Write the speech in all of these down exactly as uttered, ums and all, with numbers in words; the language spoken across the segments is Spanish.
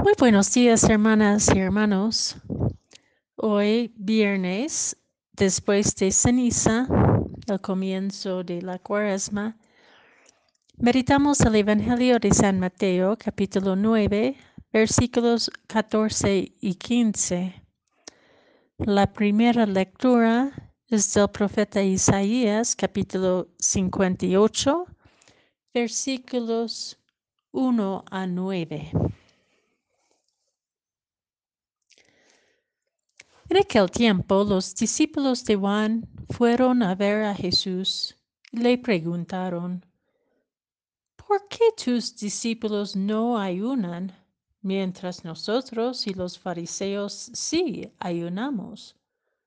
Muy buenos días, hermanas y hermanos. Hoy, viernes, después de ceniza, el comienzo de la Cuaresma, meditamos el Evangelio de San Mateo, capítulo nueve, versículos catorce y quince. La primera lectura es del profeta Isaías, capítulo cincuenta y ocho, versículos uno a nueve. En aquel tiempo los discípulos de Juan fueron a ver a Jesús y le preguntaron: ¿por qué tus discípulos no ayunan, mientras nosotros y los fariseos sí ayunamos?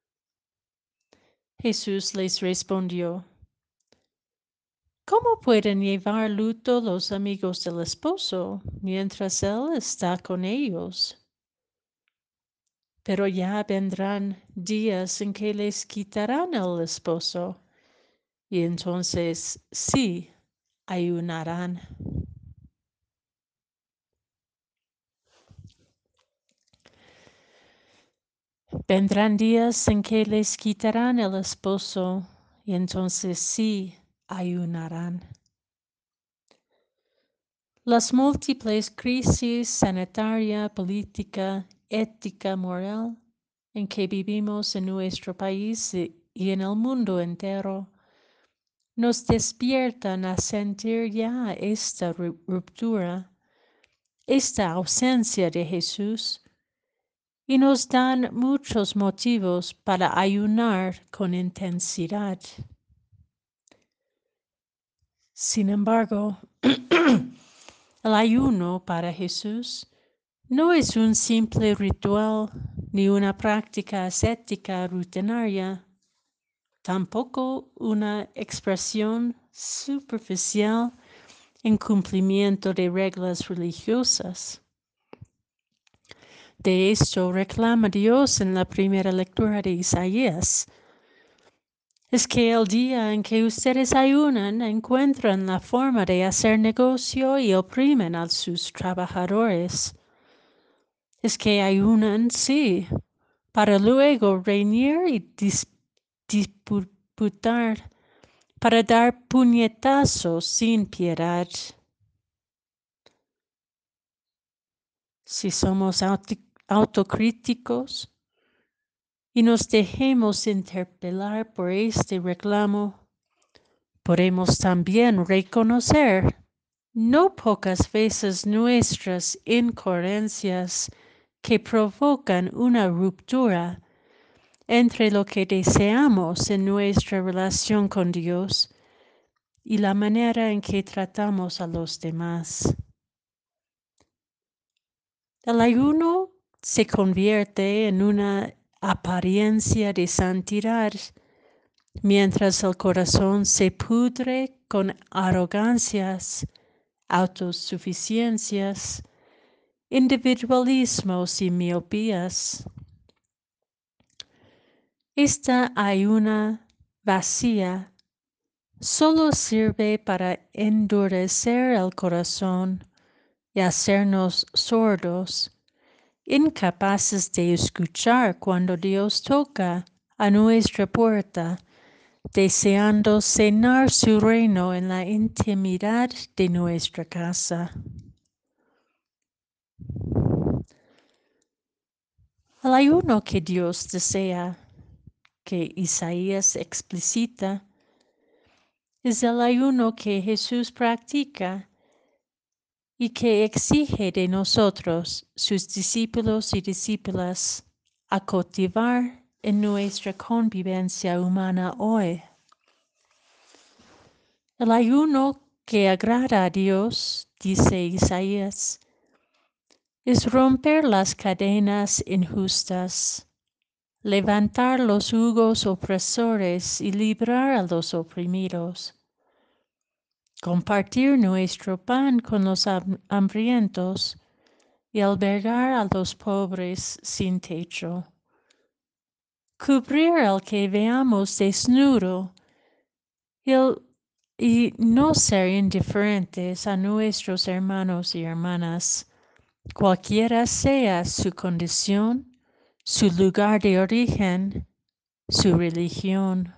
Jesús les respondió: ¿cómo pueden llevar luto los amigos del esposo mientras él está con ellos? Pero ya vendrán días en que les quitarán el esposo, y entonces sí ayunarán. Vendrán días en que les quitarán el esposo, y entonces sí ayunarán. Las múltiples crisis sanitaria, política, ética, moral en que vivimos en nuestro país y en el mundo entero nos despiertan a sentir ya esta ruptura, esta ausencia de Jesús, y nos dan muchos motivos para ayunar con intensidad. Sin embargo, el ayuno para Jesús no es un simple ritual ni una práctica ascética rutinaria, tampoco una expresión superficial en cumplimiento de reglas religiosas. De esto reclama Dios en la primera lectura de Isaías. Es que el día en que ustedes ayunan encuentran la forma de hacer negocio y oprimen a sus trabajadores. Es que ayunan, sí, para luego reñir y dis disputar, para dar puñetazos sin piedad. Si somos auto autocríticos y nos dejemos interpelar por este reclamo, podemos también reconocer no pocas veces nuestras incoherencias que provocan una ruptura entre lo que deseamos en nuestra relación con Dios y la manera en que tratamos a los demás. El ayuno se convierte en una apariencia de santidad, mientras el corazón se pudre con arrogancias, autosuficiencias, individualismos y miopías. Esta ayuna vacía solo sirve para endurecer el corazón y hacernos sordos, incapaces de escuchar cuando Dios toca a nuestra puerta, deseando cenar su reino en la intimidad de nuestra casa. El ayuno que Dios desea, que Isaías explicita, es el ayuno que Jesús practica y que exige de nosotros, sus discípulos y discípulas, a cultivar en nuestra convivencia humana hoy. El ayuno que agrada a Dios, dice Isaías, es romper las cadenas injustas, levantar los yugos opresores y librar a los oprimidos, compartir nuestro pan con los hambrientos y albergar a los pobres sin techo, cubrir al que veamos desnudo y, el, y no ser indiferentes a nuestros hermanos y hermanas, cualquiera sea su condición, su lugar de origen, su religión.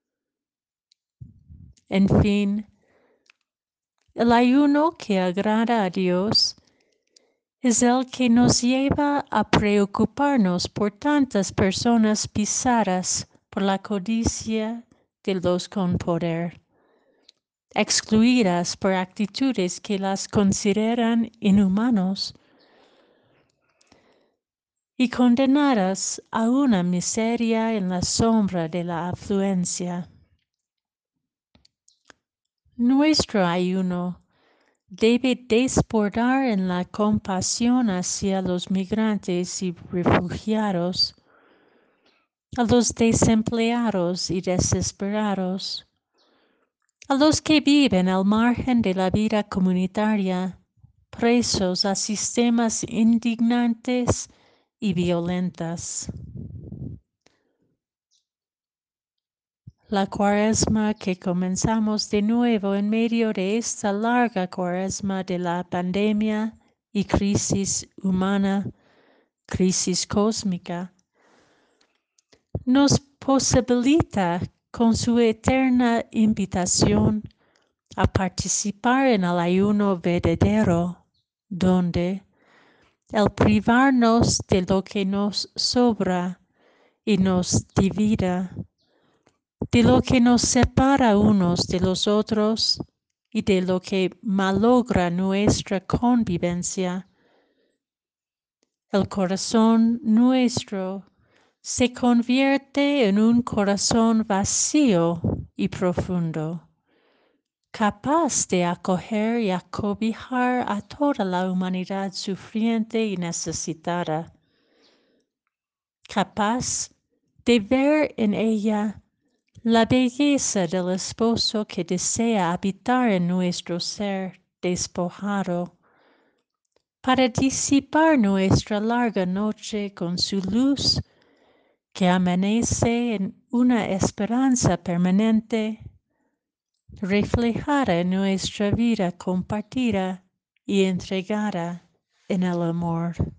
En fin, el ayuno que agrada a Dios es el que nos lleva a preocuparnos por tantas personas pisadas por la codicia de los con poder, excluidas por actitudes que las consideran inhumanos y condenadas a una miseria en la sombra de la afluencia. Nuestro ayuno debe desbordar en la compasión hacia los migrantes y refugiados, a los desempleados y desesperados, a los que viven al margen de la vida comunitaria, presos a sistemas indignantes y violentas. La cuaresma que comenzamos de nuevo en medio de esta larga cuaresma de la pandemia y crisis humana, crisis cósmica, nos posibilita con su eterna invitación a participar en el ayuno verdadero, donde el privarnos de lo que nos sobra y nos divida, de lo que nos separa unos de los otros y de lo que malogra nuestra convivencia, el corazón nuestro se convierte en un corazón vacío y profundo, capaz de acoger y acobijar a toda la humanidad sufriente y necesitada, capaz de ver en ella la belleza del esposo que desea habitar en nuestro ser despojado, para disipar nuestra larga noche con su luz que amanece en una esperanza permanente, reflejada en nuestra vida compartida y entregada en el amor.